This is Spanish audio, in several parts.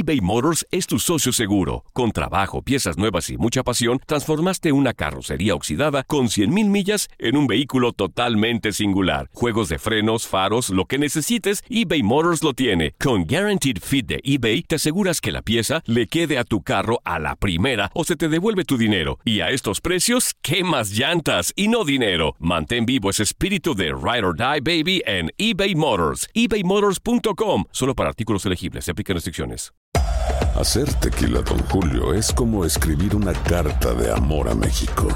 eBay Motors es tu socio seguro. Con trabajo, piezas nuevas y mucha pasión, transformaste una carrocería oxidada con 100,000 millas en un vehículo totalmente singular. Juegos de frenos, faros, lo que necesites, eBay Motors lo tiene. Con Guaranteed Fit de eBay, te aseguras que la pieza le quede a tu carro a la primera o se te devuelve tu dinero. Y a estos precios, ¿qué más llantas y no dinero? Mantén vivo ese espíritu de Ride or Die, baby, en eBay Motors. ebaymotors.com. Solo para artículos elegibles. Se aplican restricciones. Hacer tequila Don Julio es como escribir una carta de amor a México.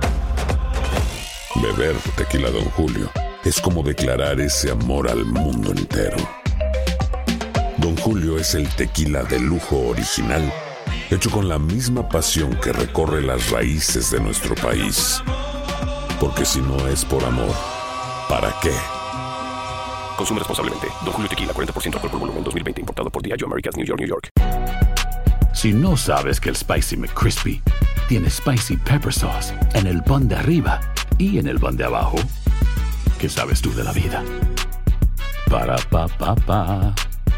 Beber tequila Don Julio es como declarar ese amor al mundo entero. Don Julio es el tequila de lujo original, hecho con la misma pasión que recorre las raíces de nuestro país. Porque si no es por amor, ¿para qué? Consume responsablemente. Don Julio Tequila, 40% alcohol por volumen, 2020. Importado por Diageo Americas, New York, New York. Si no sabes que el Spicy McCrispy tiene Spicy Pepper Sauce en el pan de arriba y en el pan de abajo, ¿qué sabes tú de la vida? Para, pa, pa, pa.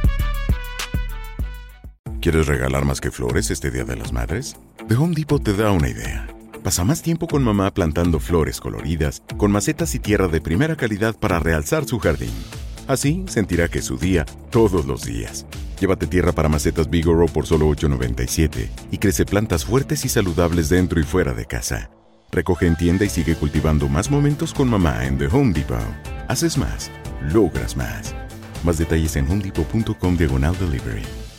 ¿Quieres regalar más que flores este Día de las Madres? The Home Depot te da una idea. Pasa más tiempo con mamá plantando flores coloridas, con macetas y tierra de primera calidad para realzar su jardín. Así sentirá que es su día todos los días. Llévate tierra para macetas Vigoro por solo $8.97 y crece plantas fuertes y saludables dentro y fuera de casa. Recoge en tienda y sigue cultivando más momentos con mamá en The Home Depot. Haces más, logras más. Más detalles en homedepot.com/delivery.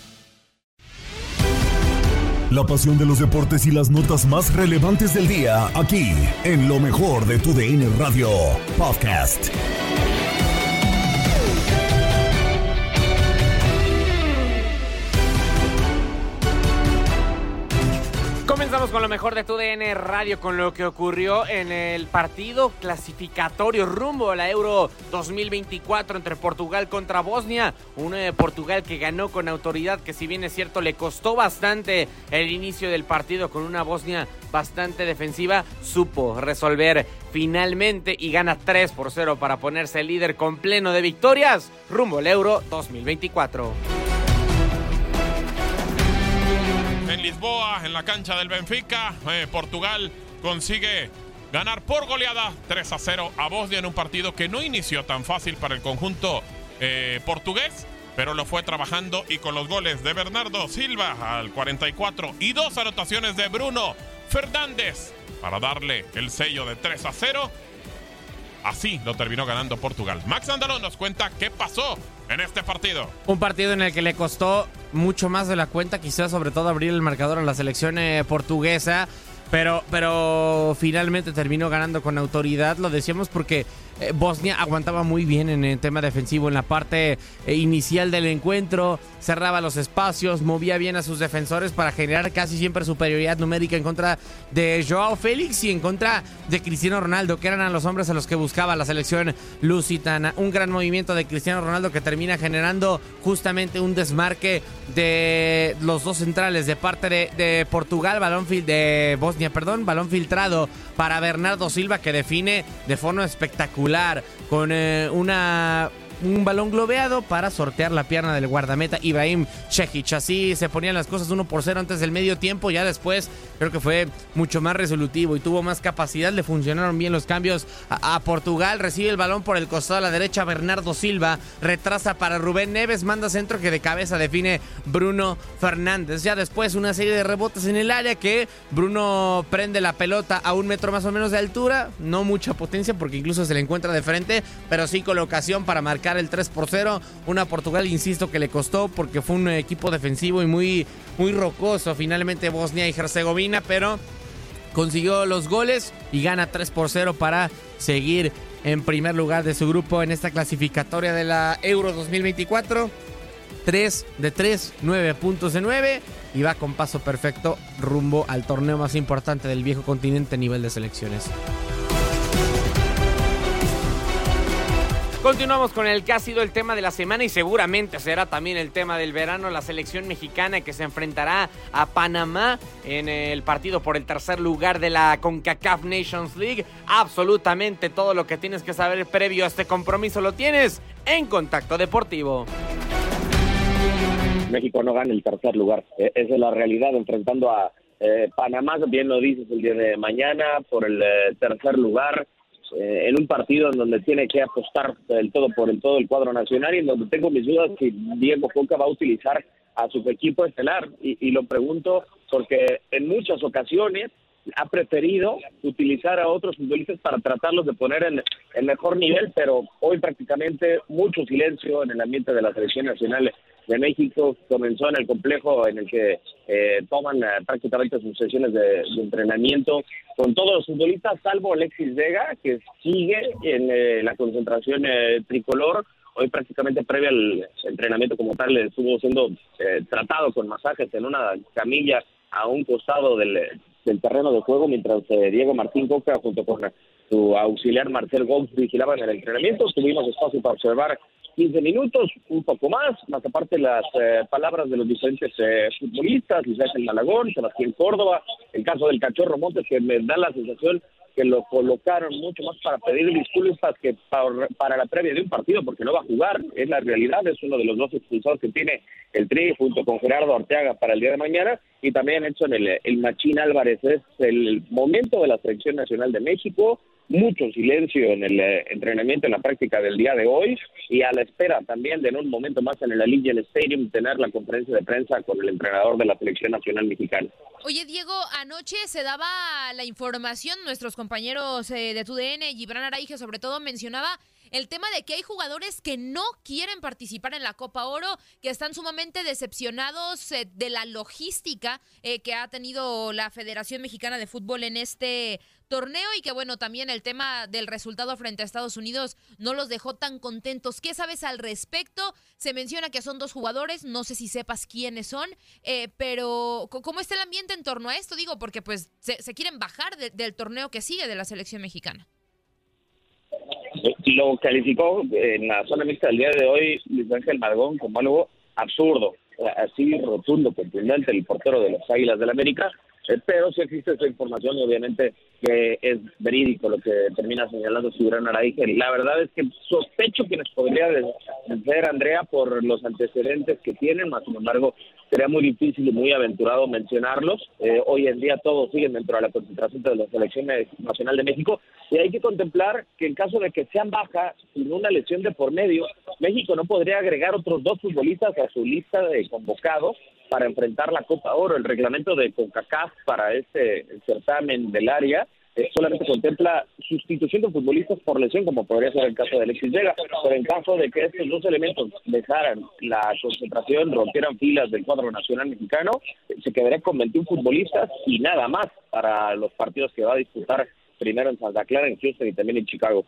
La pasión de los deportes y las notas más relevantes del día, aquí, en lo mejor de tu DN Radio Podcast. Comenzamos con lo mejor de tu DN Radio, con lo que ocurrió en el partido clasificatorio rumbo a la Euro 2024 entre Portugal contra Bosnia. Un Portugal que ganó con autoridad, que si bien es cierto le costó bastante el inicio del partido, con una Bosnia bastante defensiva, supo resolver finalmente y gana 3-0 para ponerse líder con pleno de victorias rumbo al Euro 2024. En Lisboa, en la cancha del Benfica, Portugal consigue ganar por goleada 3-0 a Bosnia en un partido que no inició tan fácil para el conjunto portugués, pero lo fue trabajando, y con los goles de Bernardo Silva al 44 y 2 anotaciones de Bruno Fernández para darle el sello de 3-0. Así lo terminó ganando Portugal. Max Andalón nos cuenta qué pasó en este partido. Un partido en el que le costó mucho más de la cuenta, quizás sobre todo abrir el marcador a la selección portuguesa, pero finalmente terminó ganando con autoridad. Lo decíamos porque Bosnia aguantaba muy bien en el tema defensivo en la parte inicial del encuentro, cerraba los espacios, movía bien a sus defensores para generar casi siempre superioridad numérica en contra de Joao Félix y en contra de Cristiano Ronaldo, que eran a los hombres a los que buscaba la selección lusitana. Un gran movimiento de Cristiano Ronaldo que termina generando justamente un desmarque de los dos centrales de parte de Portugal, balón filtrado para Bernardo Silva, que define de forma espectacular con un balón globeado para sortear la pierna del guardameta Ibrahim Čehić. Así se ponían las cosas 1-0 antes del medio tiempo. Ya después creo que fue mucho más resolutivo y tuvo más capacidad. Le funcionaron bien los cambios a Portugal. Recibe el balón por el costado a la derecha Bernardo Silva, retrasa para Rubén Neves, manda centro que de cabeza define Bruno Fernández. Ya después una serie de rebotes en el área que Bruno prende la pelota a 1 metro más o menos de altura. No mucha potencia porque incluso se le encuentra de frente, pero sí colocación para marcar el 3-0, una Portugal, insisto, que le costó porque fue un equipo defensivo y muy rocoso finalmente Bosnia y Herzegovina, pero consiguió los goles y gana 3-0 para seguir en primer lugar de su grupo en esta clasificatoria de la Euro 2024. 3 de 3, 9 puntos de 9 y va con paso perfecto rumbo al torneo más importante del viejo continente a nivel de selecciones. Continuamos con el que ha sido el tema de la semana y seguramente será también el tema del verano. La selección mexicana que se enfrentará a Panamá en el partido por el tercer lugar de la CONCACAF Nations League. Absolutamente todo lo que tienes que saber previo a este compromiso lo tienes en Contacto Deportivo. México no gane el tercer lugar. Esa es la realidad, enfrentando a Panamá, bien lo dices, el día de mañana, por el tercer lugar, en un partido en donde tiene que apostar el todo por el todo el cuadro nacional, y en donde tengo mis dudas si Diego Coca va a utilizar a su equipo estelar, y lo pregunto porque en muchas ocasiones ha preferido utilizar a otros futbolistas para tratarlos de poner en mejor nivel, pero hoy prácticamente mucho silencio en el ambiente de la selección nacional de México. Comenzó en el complejo en el que toman prácticamente sus sesiones de entrenamiento con todos los futbolistas, salvo Alexis Vega, que sigue en la concentración tricolor. Hoy prácticamente previo al entrenamiento como tal estuvo siendo tratado con masajes en una camilla a un costado del terreno de juego, mientras Diego Martín Coca junto con su auxiliar Marcel Gómez vigilaban el entrenamiento. Tuvimos espacio para observar 15 minutos, un poco más aparte las palabras de los diferentes futbolistas, Luis Ángel Malagón, Sebastián Córdoba, el caso del Cachorro Montes, que me da la sensación que lo colocaron mucho más para pedir disculpas que para la previa de un partido, porque no va a jugar, es la realidad, es uno de los dos expulsados que tiene el Tri junto con Gerardo Arteaga para el día de mañana, y también Edson el Machín Álvarez. Es el momento de la Selección Nacional de México, mucho silencio en el entrenamiento, en la práctica del día de hoy, y a la espera también de en un momento más en el Allegiant Stadium tener la conferencia de prensa con el entrenador de la Selección Nacional Mexicana. Oye, Diego, anoche se daba la información, nuestros compañeros de TUDN, Gibran Araige sobre todo, mencionaba el tema de que hay jugadores que no quieren participar en la Copa Oro, que están sumamente decepcionados de la logística que ha tenido la Federación Mexicana de Fútbol en este torneo, y que bueno, también el tema del resultado frente a Estados Unidos no los dejó tan contentos. ¿Qué sabes al respecto? Se menciona que son 2 jugadores, no sé si sepas quiénes son, pero ¿cómo está el ambiente en torno a esto? Digo, porque pues se quieren bajar del torneo que sigue de la selección mexicana. Lo calificó en la zona mixta del día de hoy Luis Ángel Malagón como algo absurdo, así rotundo, contundente, el portero de los Águilas del América, pero sí existe esa información y obviamente que es verídico lo que termina señalando Gibran Araige. La verdad es que sospecho que nos podría ser Andrea por los antecedentes que tienen, más sin embargo sería muy difícil y muy aventurado mencionarlos. Hoy en día todos siguen dentro de la concentración de la Selección Nacional de México, y hay que contemplar que en caso de que sean baja, sin una lesión de por medio, México no podría agregar otros 2 futbolistas a su lista de convocados para enfrentar la Copa Oro. El reglamento de CONCACAF para este certamen del área solamente contempla sustitución de futbolistas por lesión, como podría ser el caso de Alexis Vega, pero en caso de que estos 2 elementos dejaran la concentración, rompieran filas del cuadro nacional mexicano, se quedaría con 21 futbolistas y nada más para los partidos que va a disputar primero en Santa Clara, en Houston y también en Chicago.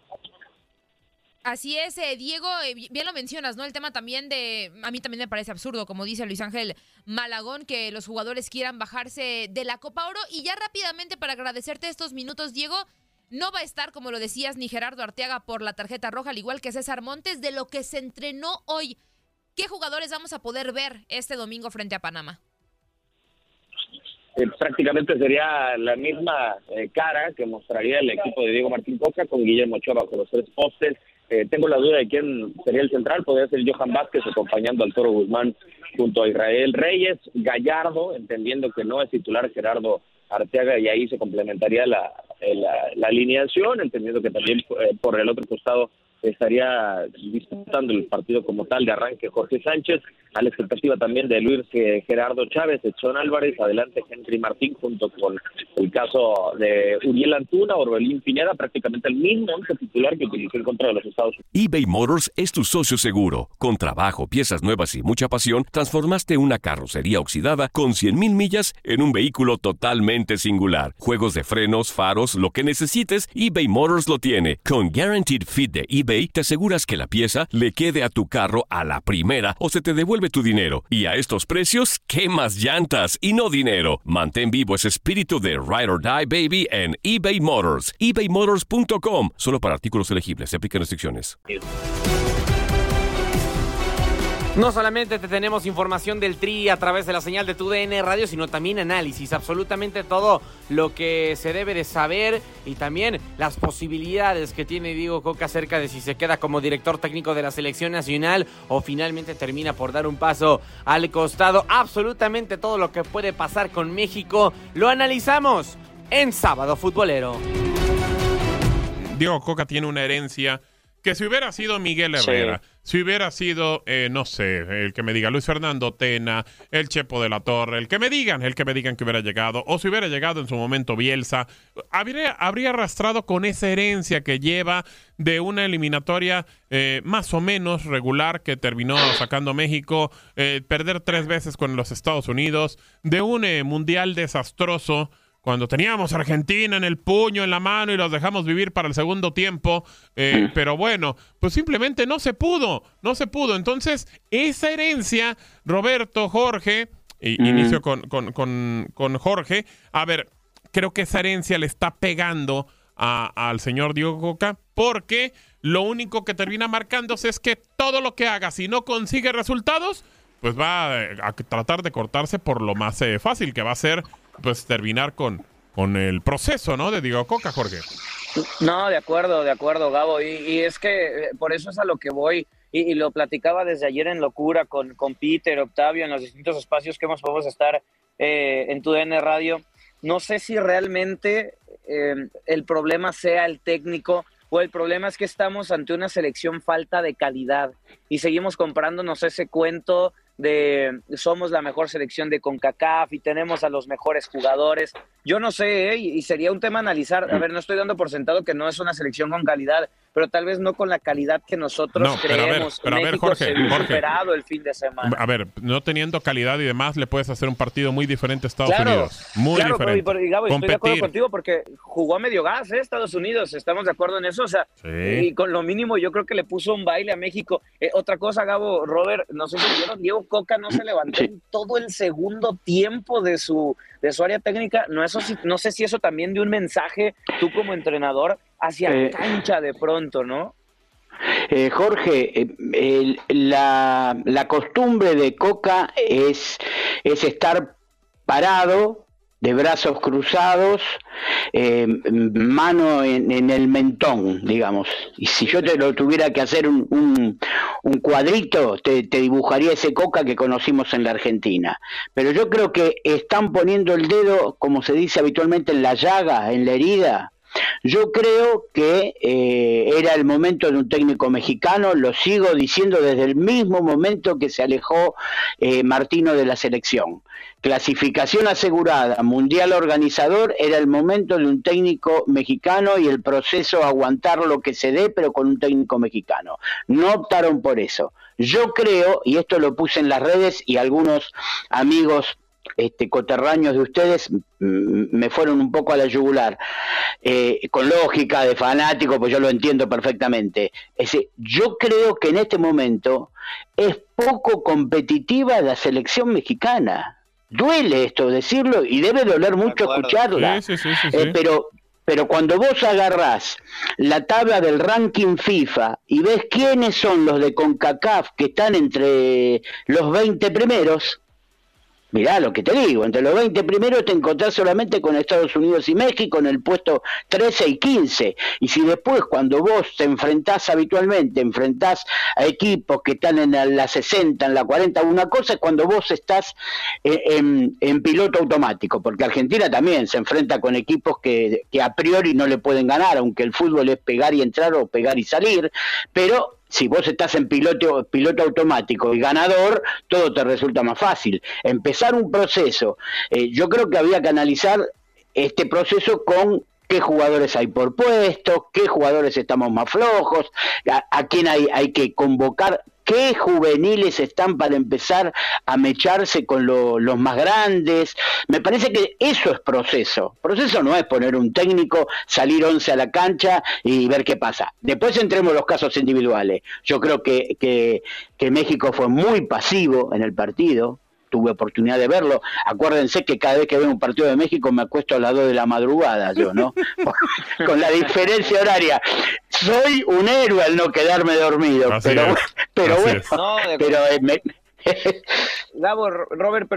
Así es, Diego, bien lo mencionas, ¿no? El tema también a mí también me parece absurdo, como dice Luis Ángel Malagón, que los jugadores quieran bajarse de la Copa Oro. Y ya rápidamente, para agradecerte estos minutos, Diego, no va a estar, como lo decías, ni Gerardo Arteaga por la tarjeta roja, al igual que César Montes. De lo que se entrenó hoy, ¿qué jugadores vamos a poder ver este domingo frente a Panamá? Prácticamente sería la misma cara que mostraría el equipo de Diego Martín Coca, con Guillermo Ochoa bajo los 3 postes. Tengo la duda de quién sería el central, podría ser Johan Vázquez acompañando al Toro Guzmán junto a Israel Reyes, Gallardo, entendiendo que no es titular Gerardo Arteaga, y ahí se complementaría la alineación, entendiendo que también por el otro costado estaría disputando el partido como tal de arranque Jorge Sánchez, a la expectativa también de Luis Gerardo Chávez, Edson Álvarez, adelante Henry Martín, junto con el caso de Uriel Antuna, Orbelín Pineda, prácticamente el mismo once titular que utilizó en contra de los Estados Unidos. eBay Motors es tu socio seguro. Con trabajo, piezas nuevas y mucha pasión, transformaste una carrocería oxidada con 100,000 millas en un vehículo totalmente singular. Juegos de frenos, faros, lo que necesites, eBay Motors lo tiene. Con Guaranteed Fit de eBay, te aseguras que la pieza le quede a tu carro a la primera o se te devuelve tu dinero. Y a estos precios, ¿qué más llantas y no dinero? Mantén vivo ese espíritu de Ride or Die, baby, en eBay Motors. ebaymotors.com. Solo para artículos elegibles. Se aplican restricciones. No solamente te tenemos información del Tri a través de la señal de TUDN Radio, sino también análisis, absolutamente todo lo que se debe de saber y también las posibilidades que tiene Diego Coca acerca de si se queda como director técnico de la selección nacional o finalmente termina por dar un paso al costado. Absolutamente todo lo que puede pasar con México lo analizamos en Sábado Futbolero. Diego Coca tiene una herencia que si hubiera sido Miguel Herrera, si hubiera sido, no sé, el que me diga Luis Fernando Tena, el Chepo de la Torre, el que me digan que hubiera llegado, o si hubiera llegado en su momento Bielsa, habría arrastrado con esa herencia que lleva de una eliminatoria más o menos regular que terminó sacando México, perder 3 veces con los Estados Unidos, de un mundial desastroso, cuando teníamos a Argentina en el puño, en la mano, y los dejamos vivir para el segundo tiempo. Pero bueno, pues simplemente no se pudo. Entonces, esa herencia, Roberto, Jorge, inicio con Jorge, a ver, creo que esa herencia le está pegando al señor Diego Coca, porque lo único que termina marcándose es que todo lo que haga, si no consigue resultados, pues va a tratar de cortarse por lo más fácil, que va a ser pues terminar con el proceso, ¿no? De Diego Coca, Jorge. No, de acuerdo, Gabo. Y es que por eso es a lo que voy. Y lo platicaba desde ayer en Locura con Peter, Octavio, en los distintos espacios que podemos estar en TUDN Radio. No sé si realmente el problema sea el técnico o el problema es que estamos ante una selección falta de calidad y seguimos comprándonos ese cuento de somos la mejor selección de CONCACAF y tenemos a los mejores jugadores. Yo no sé, y sería un tema analizar. A ver, no estoy dando por sentado que no es una selección con calidad, pero tal vez no con la calidad que nosotros creemos. Pero a ver, México Jorge, se vio superado el fin de semana. A ver, no teniendo calidad y demás, le puedes hacer un partido muy diferente a Estados Unidos. Muy diferente. Y Gabo, estoy de acuerdo contigo porque jugó a medio gas, Estados Unidos. ¿Estamos de acuerdo en eso? O sea, sí. Y con lo mínimo yo creo que le puso un baile a México. Otra cosa, Gabo, Robert, no sé si vieron, Diego Coca no se levantó en todo el segundo tiempo de su área técnica. No sé si eso también dio un mensaje, tú como entrenador, hacia la cancha de pronto, ¿no? Jorge, la costumbre de Coca es estar parado, de brazos cruzados, mano en el mentón, digamos. Y si yo te lo tuviera que hacer un cuadrito, te dibujaría ese Coca que conocimos en la Argentina. Pero yo creo que están poniendo el dedo, como se dice habitualmente, en la llaga, en la herida. Yo creo que era el momento de un técnico mexicano, lo sigo diciendo desde el mismo momento que se alejó Martino de la selección. Clasificación asegurada, mundial organizador, era el momento de un técnico mexicano y el proceso aguantar lo que se dé, pero con un técnico mexicano. No optaron por eso. Yo creo, y esto lo puse en las redes y algunos amigos coterráneos de ustedes me fueron un poco a la yugular, con lógica de fanático, pues yo lo entiendo perfectamente. Yo creo que en este momento es poco competitiva la selección mexicana. Duele esto decirlo y debe doler mucho escucharla. Sí. Pero cuando vos agarrás la tabla del ranking FIFA y ves quiénes son los de CONCACAF que están entre los 20 primeros, mirá lo que te digo, entre los 20 primeros te encontrás solamente con Estados Unidos y México en el puesto 13 y 15. Y si después, cuando vos te enfrentás habitualmente, enfrentás a equipos que están en la 60, en la 40, una cosa es cuando vos estás en piloto automático, porque Argentina también se enfrenta con equipos que a priori no le pueden ganar, aunque el fútbol es pegar y entrar o pegar y salir, pero si vos estás en piloto automático y ganador, todo te resulta más fácil. Empezar un proceso, yo creo que había que analizar este proceso con qué jugadores hay por puesto, qué jugadores estamos más flojos, a quién hay que convocar, qué juveniles están para empezar a mecharse con los más grandes. Me parece que eso es proceso. Proceso no es poner un técnico, salir 11 a la cancha y ver qué pasa. Después entremos en los casos individuales. Yo creo que México fue muy pasivo en el partido. Tuve oportunidad de verlo. Acuérdense que cada vez que veo un partido de México me acuesto a las 2 de la madrugada, yo, ¿no? Con la diferencia horaria. soy un héroe al no quedarme dormido, pero bueno, Gabo, Robert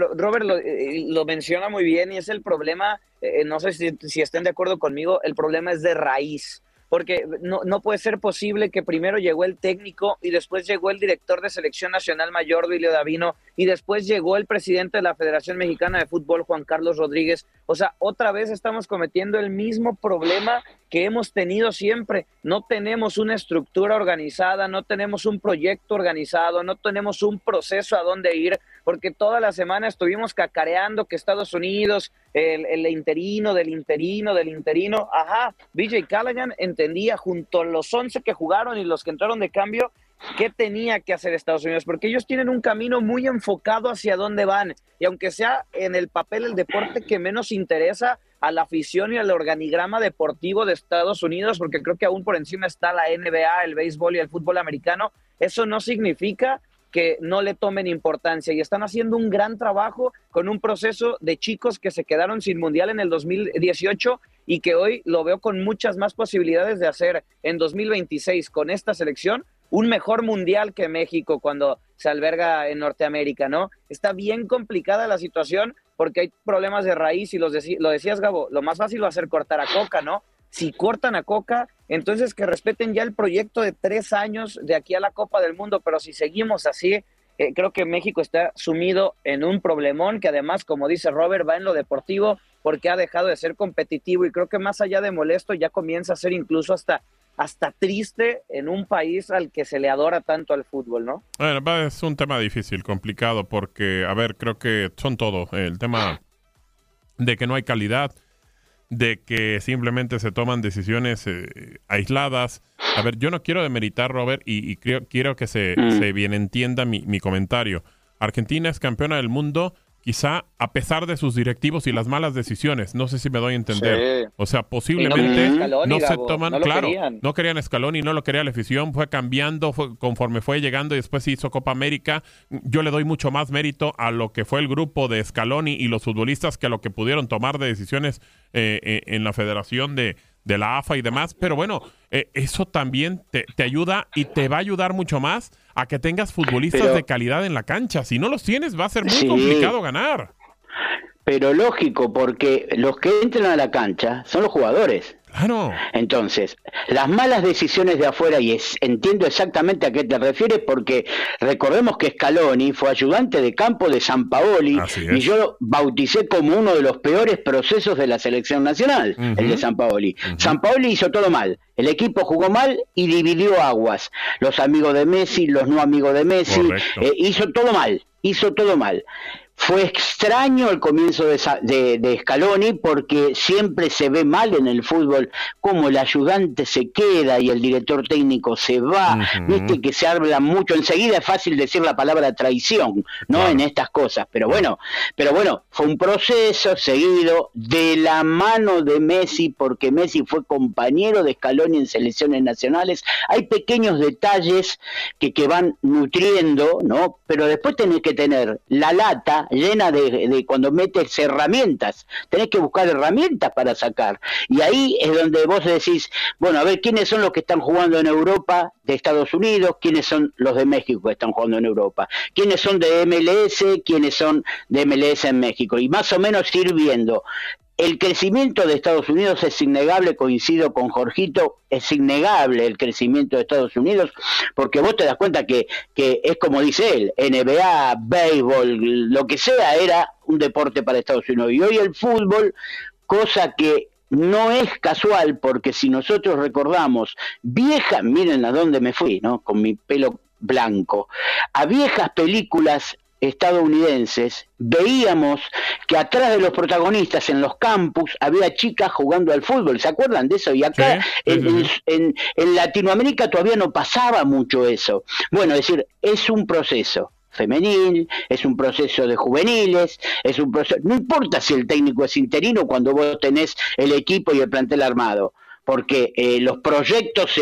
lo menciona muy bien y es el problema, no sé si estén de acuerdo conmigo, el problema es de raíz. Porque no puede ser posible que primero llegó el técnico y después llegó el director de Selección Nacional Mayor, Duilio Davino, y después llegó el presidente de la Federación Mexicana de Fútbol, Juan Carlos Rodríguez. O sea, otra vez estamos cometiendo el mismo problema que hemos tenido siempre. No tenemos una estructura organizada, no tenemos un proyecto organizado, no tenemos un proceso a dónde ir, porque toda la semana estuvimos cacareando que Estados Unidos, el interino del interino. Ajá, BJ Callaghan entendía junto a los 11 que jugaron y los que entraron de cambio qué tenía que hacer Estados Unidos, porque ellos tienen un camino muy enfocado hacia dónde van, y aunque sea en el papel el deporte que menos interesa a la afición y al organigrama deportivo de Estados Unidos, porque creo que aún por encima está la NBA, el béisbol y el fútbol americano, eso no significa que no le tomen importancia, y están haciendo un gran trabajo con un proceso de chicos que se quedaron sin mundial en el 2018 y que hoy lo veo con muchas más posibilidades de hacer en 2026 con esta selección un mejor mundial que México cuando se alberga en Norteamérica, ¿no? Está bien complicada la situación porque hay problemas de raíz y lo decías, Gabo, lo más fácil va a ser cortar a Coca, ¿no? Si cortan a Coca, entonces que respeten ya el proyecto de 3 años de aquí a la Copa del Mundo, pero si seguimos así, creo que México está sumido en un problemón que además, como dice Robert, va en lo deportivo porque ha dejado de ser competitivo y creo que más allá de molesto ya comienza a ser incluso hasta triste en un país al que se le adora tanto al fútbol, ¿no? Bueno, es un tema difícil, complicado, porque, a ver, creo que son todo. El tema de que no hay calidad, de que simplemente se toman decisiones aisladas. A ver, yo no quiero demeritar, Robert, y quiero que se bien entienda mi comentario. Argentina es campeona del mundo, quizá a pesar de sus directivos y las malas decisiones. No sé si me doy a entender. Sí. O sea, posiblemente no se toman... Claro, no querían a Scaloni, no lo quería la afición, fue cambiando conforme fue llegando y después se hizo Copa América. Yo le doy mucho más mérito a lo que fue el grupo de Scaloni y los futbolistas que a lo que pudieron tomar de decisiones en la federación de la AFA y demás, pero bueno, eso también te ayuda y te va a ayudar mucho más a que tengas futbolistas de calidad en la cancha. Si no los tienes, va a ser muy complicado ganar. Pero lógico, porque los que entran a la cancha son los jugadores. Claro. Entonces, las malas decisiones de afuera, y entiendo exactamente a qué te refieres, porque recordemos que Scaloni fue ayudante de campo de Sampaoli, y yo lo bauticé como uno de los peores procesos de la selección nacional, el de Sampaoli. Sampaoli hizo todo mal, el equipo jugó mal y dividió aguas, los amigos de Messi, los no amigos de Messi, hizo todo mal. Fue extraño el comienzo de Scaloni porque siempre se ve mal en el fútbol como el ayudante se queda y el director técnico se va, viste que se habla mucho, enseguida es fácil decir la palabra traición, ¿no? En estas cosas, pero bueno, fue un proceso seguido de la mano de Messi porque Messi fue compañero de Scaloni en selecciones nacionales, hay pequeños detalles que van nutriendo, ¿no? Pero después tenés que tener la lata llena de cuando metes herramientas, tenés que buscar herramientas para sacar, y ahí es donde vos decís, bueno, a ver, ¿quiénes son los que están jugando en Europa de Estados Unidos? ¿Quiénes son los de México que están jugando en Europa? ¿Quiénes son de MLS? ¿Quiénes son de MLS en México? Y más o menos ir viendo. El crecimiento de Estados Unidos es innegable, coincido con Jorgito, es innegable el crecimiento de Estados Unidos, porque vos te das cuenta que es como dice él, NBA, béisbol, lo que sea, era un deporte para Estados Unidos. Y hoy el fútbol, cosa que no es casual, porque si nosotros recordamos miren a dónde me fui, ¿no? Con mi pelo blanco, a viejas películas estadounidenses, veíamos que atrás de los protagonistas en los campus había chicas jugando al fútbol, ¿se acuerdan de eso? Y acá en Latinoamérica todavía no pasaba mucho eso. Bueno, es decir, es un proceso femenil, es un proceso de juveniles, es un proceso, no importa si el técnico es interino cuando vos tenés el equipo y el plantel armado, porque los proyectos,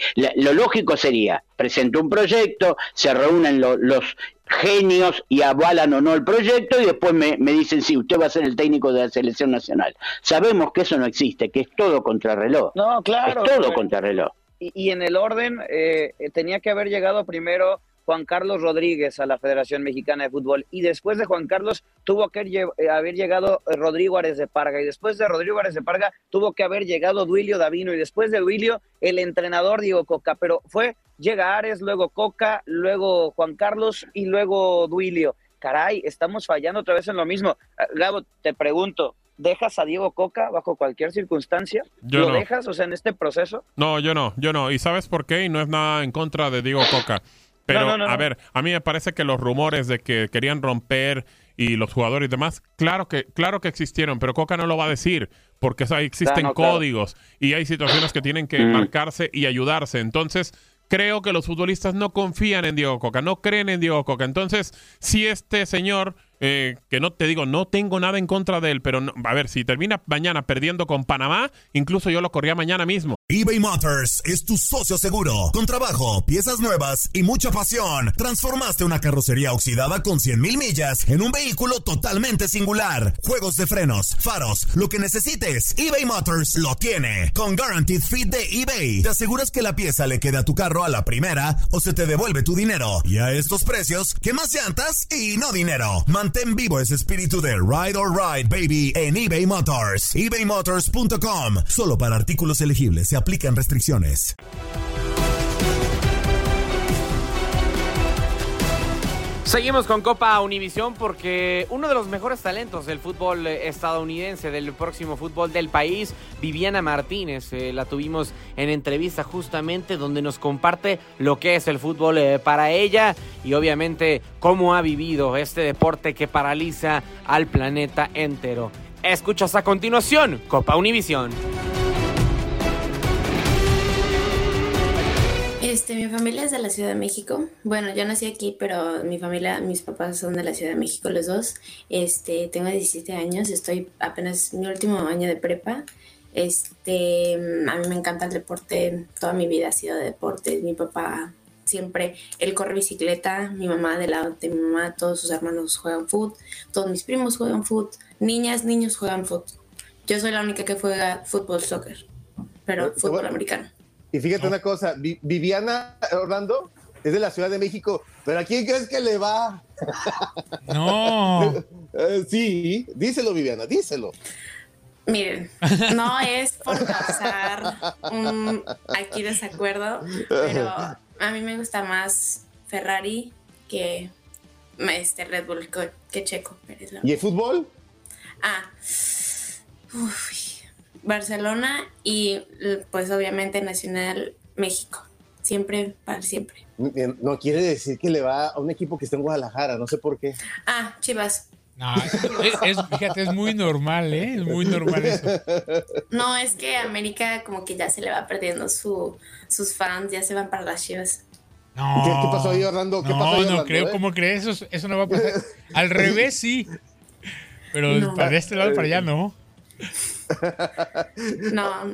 lo lógico sería, presento un proyecto, se reúnen los genios y avalan o no el proyecto y después me dicen, sí, usted va a ser el técnico de la selección nacional. Sabemos que eso no existe, que es todo contrarreloj. No, claro. Es todo contrarreloj. y en el orden tenía que haber llegado primero Juan Carlos Rodríguez a la Federación Mexicana de Fútbol, y después de Juan Carlos tuvo que haber llegado Rodrigo Ares de Parga, y después de Rodrigo Ares de Parga tuvo que haber llegado Duilio Davino, y después de Duilio el entrenador Diego Coca, pero llega Ares, luego Coca, luego Juan Carlos y luego Duilio. Caray, estamos fallando otra vez en lo mismo. Gabo, te pregunto, ¿dejas a Diego Coca bajo cualquier circunstancia? ¿Lo dejas, o sea, en este proceso? No, yo no. ¿Y sabes por qué? Y no es nada en contra de Diego Coca. Pero, a ver, a mí me parece que los rumores de que querían romper y los jugadores y demás, claro que existieron, pero Coca no lo va a decir, porque ahí existen códigos y hay situaciones que tienen que marcarse y ayudarse. Entonces, creo que los futbolistas no confían en Diego Coca, no creen en Diego Coca. Entonces, si este señor, que no te digo, no tengo nada en contra de él, pero a ver, si termina mañana perdiendo con Panamá, incluso yo lo corría mañana mismo. eBay Motors es tu socio seguro. Con trabajo, piezas nuevas y mucha pasión, transformaste una carrocería oxidada con 100,000 millas en un vehículo totalmente singular. Juegos de frenos, faros, lo que necesites, eBay Motors lo tiene. Con Guaranteed Fit de eBay, te aseguras que la pieza le quede a tu carro a la primera o se te devuelve tu dinero. Y a estos precios, ¿qué más llantas y no dinero? Mantén vivo ese espíritu de Ride or Ride, baby, en eBay Motors. ebaymotors.com. Solo para artículos elegibles se aplican restricciones. Seguimos con Copa Univisión porque uno de los mejores talentos del fútbol estadounidense, del próximo fútbol del país, Viviana Martínez, la tuvimos en entrevista justamente donde nos comparte lo que es el fútbol para ella y obviamente cómo ha vivido este deporte que paraliza al planeta entero. Escuchas a continuación Copa Univisión. Mi familia es de la Ciudad de México. Bueno, yo nací aquí, pero mi familia, mis papás son de la Ciudad de México, los dos. Tengo 17 años, estoy apenas en mi último año de prepa. A mí me encanta el deporte, toda mi vida ha sido de deporte. Mi papá siempre, él corre bicicleta, mi mamá del lado de mi mamá, todos sus hermanos juegan fútbol, todos mis primos juegan fútbol, niñas, niños juegan fútbol. Yo soy la única que juega fútbol, soccer, pero fútbol americano. Y fíjate una cosa, Viviana Orlando es de la Ciudad de México, pero ¿a quién crees que le va? No. Sí, díselo, Viviana, díselo. Miren, no es por causar aquí desacuerdo, pero a mí me gusta más Ferrari que Red Bull, que Checo Pérez. ¿Y el fútbol? Barcelona y pues obviamente Nacional México, siempre para siempre. No quiere decir que le va a un equipo que está en Guadalajara, no sé por qué. Chivas. No, fíjate, es muy normal, es muy normal eso. No, es que América como que ya se le va perdiendo sus fans, ya se van para las Chivas. No. ¿Qué pasó ahí, Orlando? No creo, ¿cómo crees? Eso no va a pasar. Al revés, sí. Pero no. Para este lado, para allá, no. No.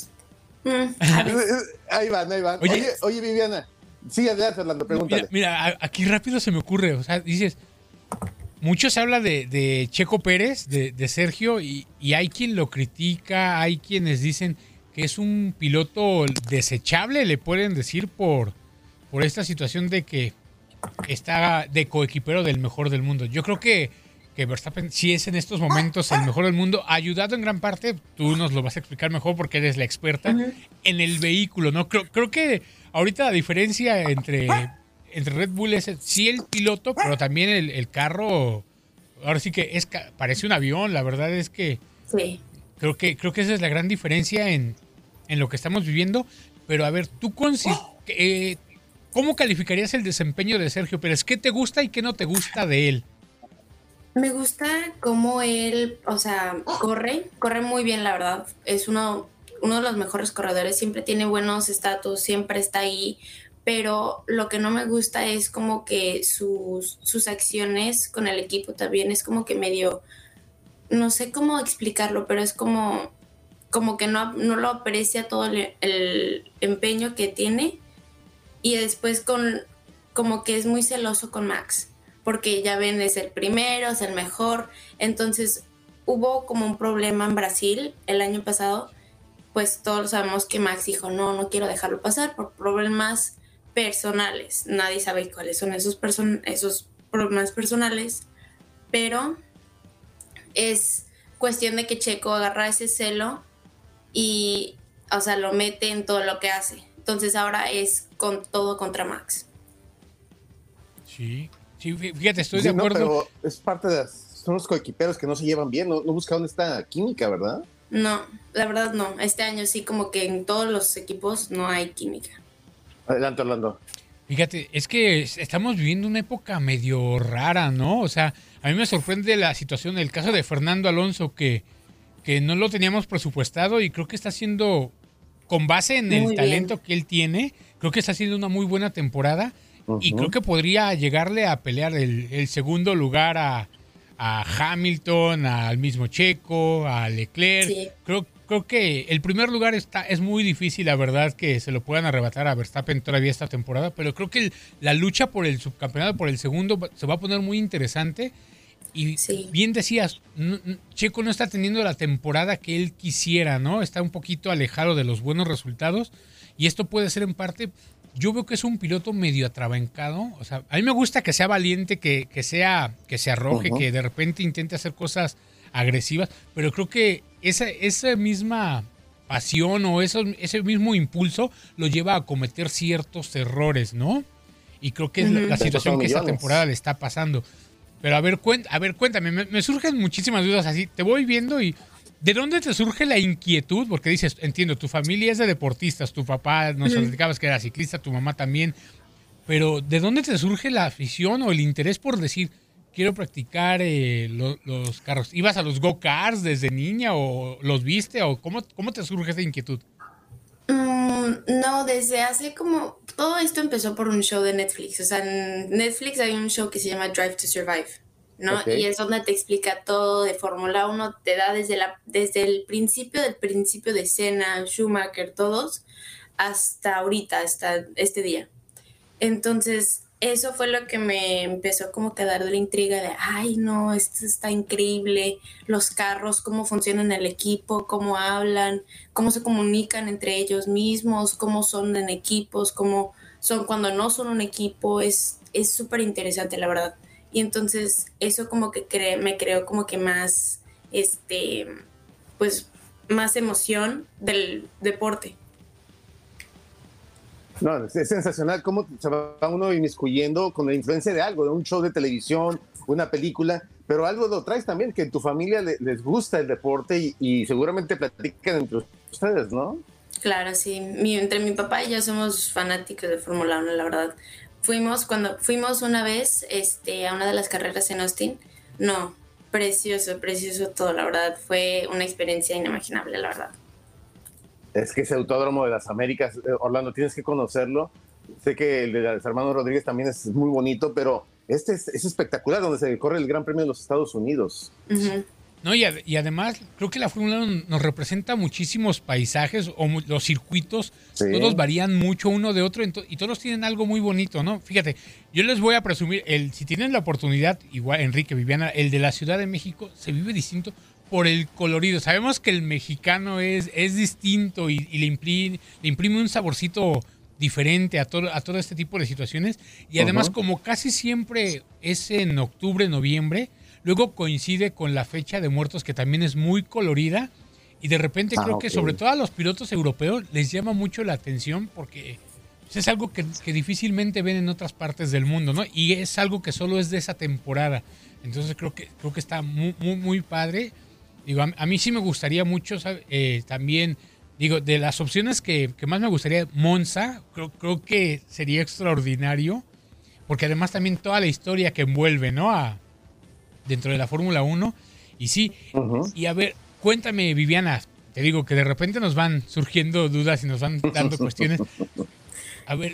Ahí van. Oye, Viviana. Sí, adelante, Orlando, pregúntale. Mira, aquí rápido se me ocurre. O sea, dices, mucho se habla de Checo Pérez, de Sergio, y hay quien lo critica, hay quienes dicen que es un piloto desechable, le pueden decir, por esta situación de que está de coequipero del mejor del mundo. Yo creo que Verstappen sí es en estos momentos el mejor del mundo, ayudado en gran parte, tú nos lo vas a explicar mejor porque eres la experta, en el vehículo, ¿no? Creo que ahorita la diferencia entre Red Bull es sí el piloto, pero también el carro, ahora sí que parece un avión, la verdad es que sí. Creo que esa es la gran diferencia en lo que estamos viviendo, pero a ver, tú ¿cómo calificarías el desempeño de Sergio Pérez? ¿Qué te gusta y qué no te gusta de él? Me gusta cómo él, corre muy bien, la verdad. Es uno de los mejores corredores, siempre tiene buenos estatus, siempre está ahí, pero lo que no me gusta es como que sus acciones con el equipo también es como que medio, no sé cómo explicarlo, pero es como que no lo aprecia todo el empeño que tiene, y después como que es muy celoso con Max, porque ya ven, es el primero, es el mejor. Entonces hubo como un problema en Brasil el año pasado pues todos sabemos que Max dijo, no quiero dejarlo pasar por problemas personales. Nadie sabe cuáles son esos problemas personales, pero es cuestión de que Checo agarra ese celo y, o sea, lo mete en todo lo que hace. Entonces ahora es con todo contra Max. Sí, fíjate, estoy de acuerdo. No, pero es parte de son los coequiperos que no se llevan bien, no buscaron esta química, ¿verdad? No, la verdad no. Este año sí, como que en todos los equipos no hay química. Adelante, Orlando. Fíjate, es que estamos viviendo una época medio rara, ¿no? O sea, a mí me sorprende la situación, el caso de Fernando Alonso, que no lo teníamos presupuestado y creo que está haciendo, con base en el talento que él tiene, creo que está haciendo una muy buena temporada y creo que podría llegarle a pelear el segundo lugar a Hamilton, al mismo Checo, a Leclerc. Sí. Creo que el primer lugar es muy difícil, la verdad, que se lo puedan arrebatar a Verstappen todavía esta temporada, pero creo que la lucha por el subcampeonato, por el segundo, se va a poner muy interesante. Y bien decías, Checo no está teniendo la temporada que él quisiera, ¿no? Está un poquito alejado de los buenos resultados y esto puede ser en parte... Yo veo que es un piloto medio atrabancado. O sea, a mí me gusta que sea valiente, que se arroje, que de repente intente hacer cosas agresivas, pero creo que esa misma pasión o ese mismo impulso lo lleva a cometer ciertos errores, ¿no? Y creo que es la situación que esta temporada le está pasando. Pero a ver, cuéntame, me surgen muchísimas dudas así. Te voy viendo y... ¿De dónde te surge la inquietud? Porque dices, entiendo, tu familia es de deportistas, tu papá nos platicabas que era ciclista, tu mamá también, pero ¿de dónde te surge la afición o el interés por decir, quiero practicar los carros? ¿Ibas a los go-karts desde niña o los viste o cómo te surge esa inquietud? No, desde hace como... Todo esto empezó por un show de Netflix. O sea, en Netflix hay un show que se llama Drive to Survive, ¿no? Okay. Y es donde te explica todo de Fórmula 1, te da desde el principio de Senna, Schumacher, todos, hasta ahorita, hasta este día. Entonces, eso fue lo que me empezó como que a dar de la intriga de, ay, no, esto está increíble, los carros, cómo funcionan el equipo, cómo hablan, cómo se comunican entre ellos mismos, cómo son en equipos, cómo son cuando no son un equipo, es súper interesante, la verdad. Y entonces eso como que me creó como que más, pues, más emoción del deporte. No, es sensacional cómo se va uno inmiscuyendo con la influencia de algo, de un show de televisión, una película, pero algo lo traes también, que en tu familia les gusta el deporte y seguramente platican entre ustedes, ¿no? Claro, sí. Entre mi papá y yo somos fanáticos de Fórmula 1, la verdad. Cuando fuimos una vez a una de las carreras en Austin, no, precioso todo, la verdad, fue una experiencia inimaginable, la verdad. Es que ese Autódromo de las Américas, Orlando, tienes que conocerlo. Sé que el de los hermanos Rodríguez también es muy bonito, pero es espectacular, donde se corre el Gran Premio de los Estados Unidos. Uh-huh. No, y además creo que la Fórmula 1 nos representa muchísimos paisajes o los circuitos, sí. Todos varían mucho uno de otro y todos tienen algo muy bonito, ¿no? Fíjate, yo les voy a presumir, si tienen la oportunidad, igual Enrique, Viviana, el de la Ciudad de México se vive distinto por el colorido. Sabemos que el mexicano es distinto y le imprime un saborcito diferente a todo este tipo de situaciones y además como casi siempre es en octubre, noviembre, luego coincide con la fecha de muertos que también es muy colorida y de repente creo que sobre todo a los pilotos europeos les llama mucho la atención porque es algo que difícilmente ven en otras partes del mundo, ¿no? Y es algo que solo es de esa temporada. Entonces creo que está muy, muy, muy padre. Digo, a mí sí me gustaría mucho también, digo, de las opciones que más me gustaría, Monza, creo que sería extraordinario porque además también toda la historia que envuelve, ¿no? Dentro de la Fórmula 1. Y sí, y a ver, cuéntame, Viviana, te digo que de repente nos van surgiendo dudas y nos van dando cuestiones. A ver,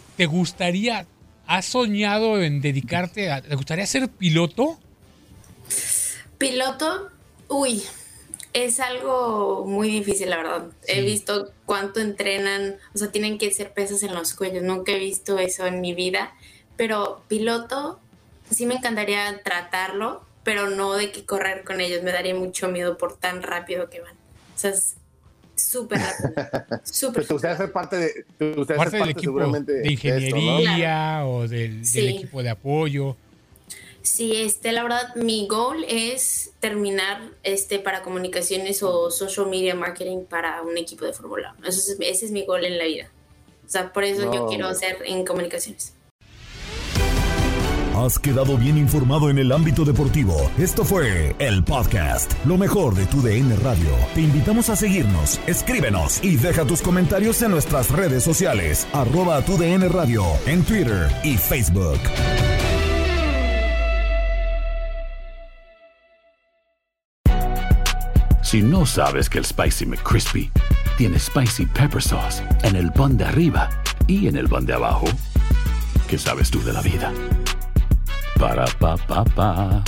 has soñado en dedicarte ¿te gustaría ser piloto? ¿Piloto? Uy, es algo muy difícil, la verdad. Sí. He visto cuánto entrenan, o sea, tienen que hacer pesas en los cuellos. Nunca he visto eso en mi vida, pero piloto, sí me encantaría tratarlo, pero no de que correr con ellos, me daría mucho miedo por tan rápido que van. O sea, súper rápido. Pero te gustaría ser parte del equipo seguramente de ingeniería, ¿no? o del Sí. equipo de apoyo. Sí, la verdad, mi goal es terminar para comunicaciones o social media marketing para un equipo de Fórmula 1. Ese es mi goal en la vida. O sea, por eso yo quiero hacer en comunicaciones. Has quedado bien informado en el ámbito deportivo. Esto fue el podcast, lo mejor de TUDN Radio. Te invitamos a seguirnos, escríbenos y deja tus comentarios en nuestras redes sociales, @TUDN Radio, en Twitter y Facebook. Si no sabes que el Spicy McCrispy tiene Spicy Pepper Sauce en el pan de arriba y en el pan de abajo, ¿qué sabes tú de la vida? Para, pa, pa, pa.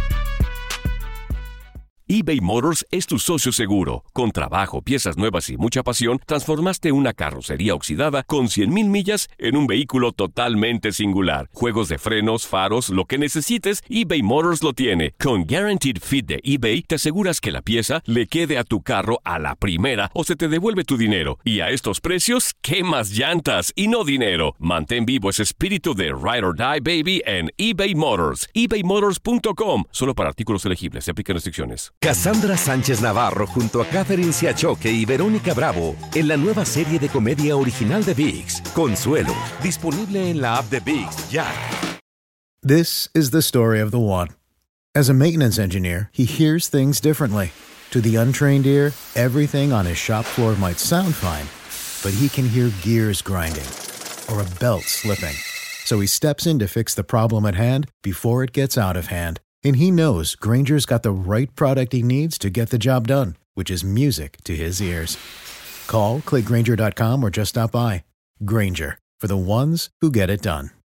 eBay Motors es tu socio seguro. Con trabajo, piezas nuevas y mucha pasión, transformaste una carrocería oxidada con 100,000 millas en un vehículo totalmente singular. Juegos de frenos, faros, lo que necesites, eBay Motors lo tiene. Con Guaranteed Fit de eBay, te aseguras que la pieza le quede a tu carro a la primera o se te devuelve tu dinero. Y a estos precios, ¿qué más llantas y no dinero? Mantén vivo ese espíritu de Ride or Die, baby, en eBay Motors. ebaymotors.com. Solo para artículos elegibles. Se aplican restricciones. Cassandra Sánchez Navarro junto a Catherine Siachoque y Verónica Bravo en la nueva serie de comedia original de ViX, Consuelo, disponible en la app de ViX ya. This is the story of the one. As a maintenance engineer, he hears things differently. To the untrained ear, everything on his shop floor might sound fine, but he can hear gears grinding or a belt slipping. So he steps in to fix the problem at hand before it gets out of hand. And he knows Grainger's got the right product he needs to get the job done, which is music to his ears. Call, click Grainger.com, or just stop by. Grainger, for the ones who get it done.